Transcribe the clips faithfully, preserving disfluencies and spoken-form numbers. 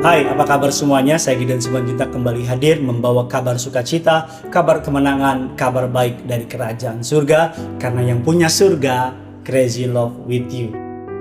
Hai, apa kabar semuanya? Saya Gideon Simanjuntak kembali hadir membawa kabar sukacita, kabar kemenangan, kabar baik dari kerajaan surga. Karena yang punya surga, crazy love with you.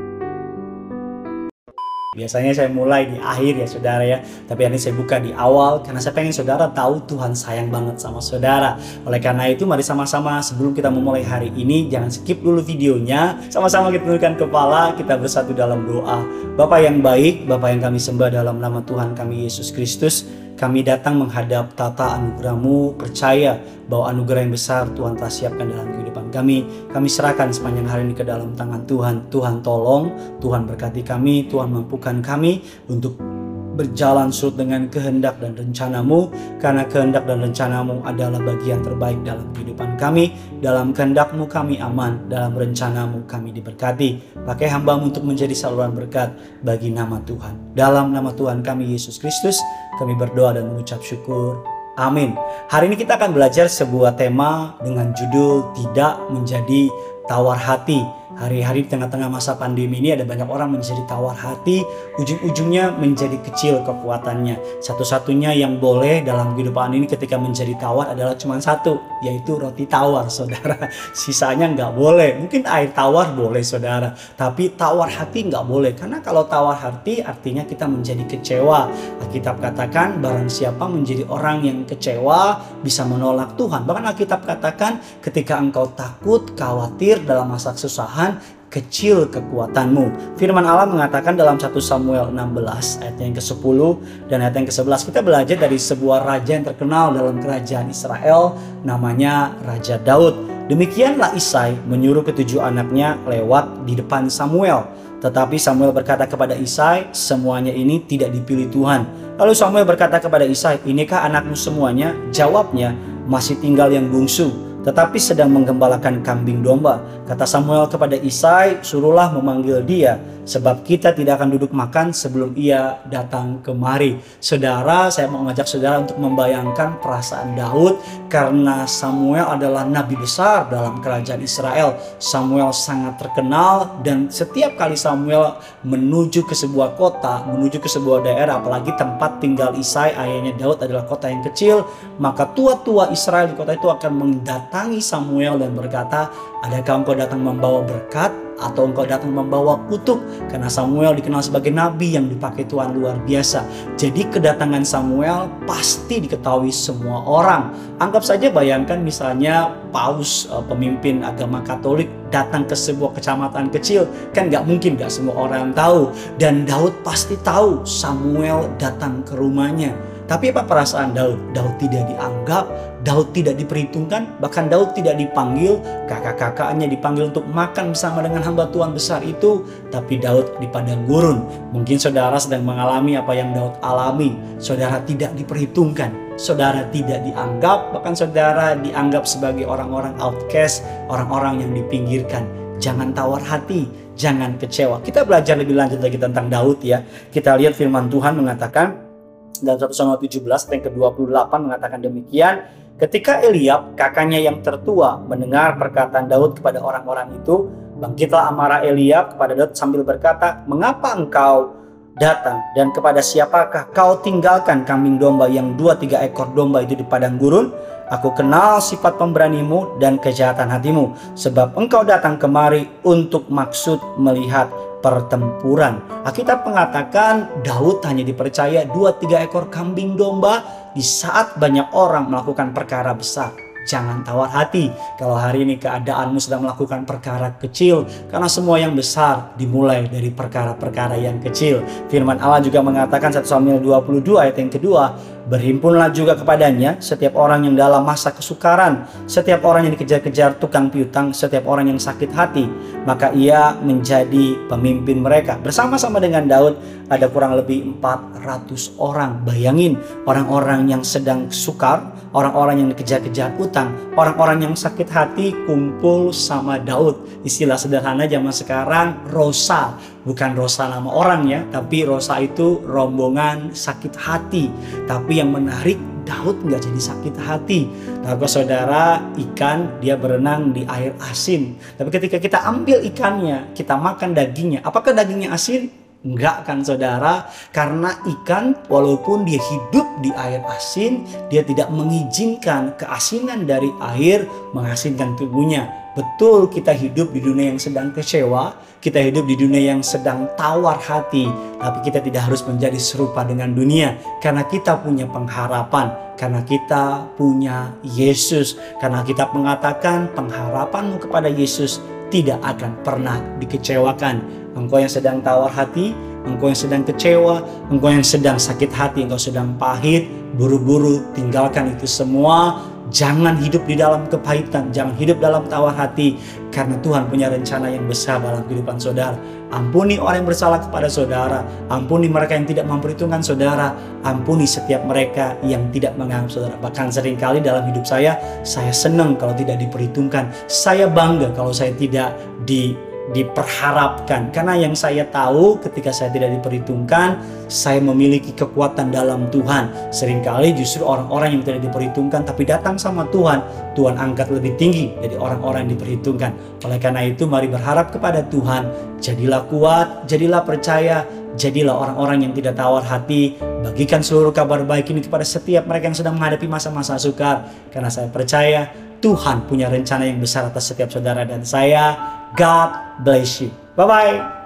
Biasanya saya mulai di akhir ya saudara ya, tapi ini saya buka di awal karena saya pengen saudara tahu Tuhan sayang banget sama saudara. Oleh karena itu mari sama-sama sebelum kita memulai hari ini, jangan skip dulu videonya. Sama-sama kita tundukkan kepala, kita bersatu dalam doa. Bapa yang baik, Bapa yang kami sembah dalam nama Tuhan kami Yesus Kristus, kami datang menghadap tata anugerah-Mu, percaya bahwa anugerah yang besar Tuhan telah siapkan dalam kehidupan kami. Kami serahkan sepanjang hari ini ke dalam tangan Tuhan. Tuhan tolong, Tuhan berkati kami, Tuhan mampukan kami untuk berjalan surut dengan kehendak dan rencana-Mu, karena kehendak dan rencana-Mu adalah bagian terbaik dalam kehidupan kami. Dalam kehendak-Mu kami aman, dalam rencana-Mu kami diberkati. Pakai hamba-Mu untuk menjadi saluran berkat bagi nama Tuhan. Dalam nama Tuhan kami Yesus Kristus, kami berdoa dan mengucap syukur. Amin. Hari ini kita akan belajar sebuah tema dengan judul tidak menjadi tawar hati. Hari-hari di tengah-tengah masa pandemi ini ada banyak orang menjadi tawar hati, ujung-ujungnya menjadi kecil kekuatannya. Satu-satunya yang boleh dalam kehidupan ini ketika menjadi tawar adalah cuma satu, yaitu roti tawar saudara. Sisanya nggak boleh. Mungkin air tawar boleh saudara, tapi tawar hati nggak boleh. Karena kalau tawar hati artinya kita menjadi kecewa. Alkitab katakan barang siapa menjadi orang yang kecewa bisa menolak Tuhan. Bahkan Alkitab katakan ketika engkau takut, khawatir dalam masa kesusahan, kecil kekuatanmu. Firman Allah mengatakan dalam satu Samuel enam belas ayat yang kesepuluh dan ayat yang kesebelas, kita belajar dari sebuah raja yang terkenal dalam kerajaan Israel, namanya Raja Daud. Demikianlah Isai menyuruh ketujuh anaknya lewat di depan Samuel. Tetapi Samuel berkata kepada Isai, semuanya ini tidak dipilih Tuhan. Lalu Samuel berkata kepada Isai, inikah anakmu semuanya? Jawabnya, masih tinggal yang bungsu, tetapi sedang menggembalakan kambing domba. Kata Samuel kepada Isai, suruhlah memanggil dia, sebab kita tidak akan duduk makan sebelum ia datang kemari. Saudara, saya mau mengajak saudara untuk membayangkan perasaan Daud, karena Samuel adalah nabi besar dalam kerajaan Israel. Samuel sangat terkenal, dan setiap kali Samuel menuju ke sebuah kota, menuju ke sebuah daerah, apalagi tempat tinggal Isai, ayahnya Daud adalah kota yang kecil, maka tua-tua Israel di kota itu akan mendatangi Samuel dan berkata, adakah engkau datang membawa berkat atau engkau datang membawa kutuk? Karena Samuel dikenal sebagai nabi yang dipakai Tuhan luar biasa. Jadi kedatangan Samuel pasti diketahui semua orang. Anggap saja, bayangkan misalnya paus, pemimpin agama Katolik datang ke sebuah kecamatan kecil, kan nggak mungkin nggak semua orang tahu. Dan Daud pasti tahu Samuel datang ke rumahnya. Tapi apa perasaan Daud? Daud tidak dianggap, Daud tidak diperhitungkan, bahkan Daud tidak dipanggil. Kakak-kakaknya dipanggil untuk makan bersama dengan hamba Tuhan besar itu, tapi Daud di padang gurun. Mungkin saudara sedang mengalami apa yang Daud alami. Saudara tidak diperhitungkan, saudara tidak dianggap, bahkan saudara dianggap sebagai orang-orang outcast, orang-orang yang dipinggirkan. Jangan tawar hati, jangan kecewa. Kita belajar lebih lanjut lagi tentang Daud ya. Kita lihat firman Tuhan mengatakan dalam satu Samuel tujuh belas ayat ke dua puluh delapan mengatakan demikian. Ketika Eliab kakaknya yang tertua mendengar perkataan Daud kepada orang-orang itu, bangkitlah amarah Eliab kepada Daud sambil berkata, mengapa engkau datang dan kepada siapakah kau tinggalkan kambing domba yang dua tiga ekor domba itu di padang gurun? Aku kenal sifat pemberanimu dan kejahatan hatimu, sebab engkau datang kemari untuk maksud melihat pertempuran. Alkitab mengatakan Daud hanya dipercaya dua tiga ekor kambing domba di saat banyak orang melakukan perkara besar. Jangan tawar hati kalau hari ini keadaanmu sedang melakukan perkara kecil, karena semua yang besar dimulai dari perkara-perkara yang kecil. Firman Allah juga mengatakan satu Samuel dua puluh dua ayat yang kedua, berhimpunlah juga kepadanya setiap orang yang dalam masa kesukaran, setiap orang yang dikejar-kejar tukang piutang, setiap orang yang sakit hati, maka ia menjadi pemimpin mereka. Bersama-sama dengan Daud ada kurang lebih empat ratus orang. Bayangin, orang-orang yang sedang sukar, orang-orang yang dikejar-kejar utang, orang-orang yang sakit hati kumpul sama Daud. Istilah sederhana zaman sekarang, rosa. Bukan rosa nama orang ya, tapi rosa itu rombongan sakit hati. Tapi yang menarik, Daud nggak jadi sakit hati. Tahu saudara, ikan dia berenang di air asin. Tapi ketika kita ambil ikannya, kita makan dagingnya, apakah dagingnya asin? Enggak kan saudara, karena ikan walaupun dia hidup di air asin, dia tidak mengizinkan keasinan dari air mengasinkan tubuhnya. Betul, kita hidup di dunia yang sedang kecewa, kita hidup di dunia yang sedang tawar hati, tapi kita tidak harus menjadi serupa dengan dunia, karena kita punya pengharapan, karena kita punya Yesus, karena kita mengatakan pengharapanmu kepada Yesus tidak akan pernah dikecewakan. Engkau yang sedang tawar hati, engkau yang sedang kecewa, engkau yang sedang sakit hati, engkau sedang pahit, buru-buru tinggalkan itu semua. Jangan hidup di dalam kepahitan, jangan hidup dalam tawar hati, karena Tuhan punya rencana yang besar dalam kehidupan saudara. Ampuni orang yang bersalah kepada saudara, ampuni mereka yang tidak memperhitungkan saudara, ampuni setiap mereka yang tidak menganggap saudara. Bahkan seringkali dalam hidup saya, saya senang kalau tidak diperhitungkan, saya bangga kalau saya tidak di diperharapkan, karena yang saya tahu ketika saya tidak diperhitungkan, saya memiliki kekuatan dalam Tuhan. Seringkali justru orang-orang yang tidak diperhitungkan tapi datang sama Tuhan, Tuhan angkat lebih tinggi dari orang-orang yang diperhitungkan. Oleh karena itu, mari berharap kepada Tuhan, jadilah kuat, jadilah percaya, jadilah orang-orang yang tidak tawar hati. Bagikan seluruh kabar baik ini kepada setiap mereka yang sedang menghadapi masa-masa sukar, karena saya percaya Tuhan punya rencana yang besar atas setiap saudara dan saya. God bless you. Bye-bye.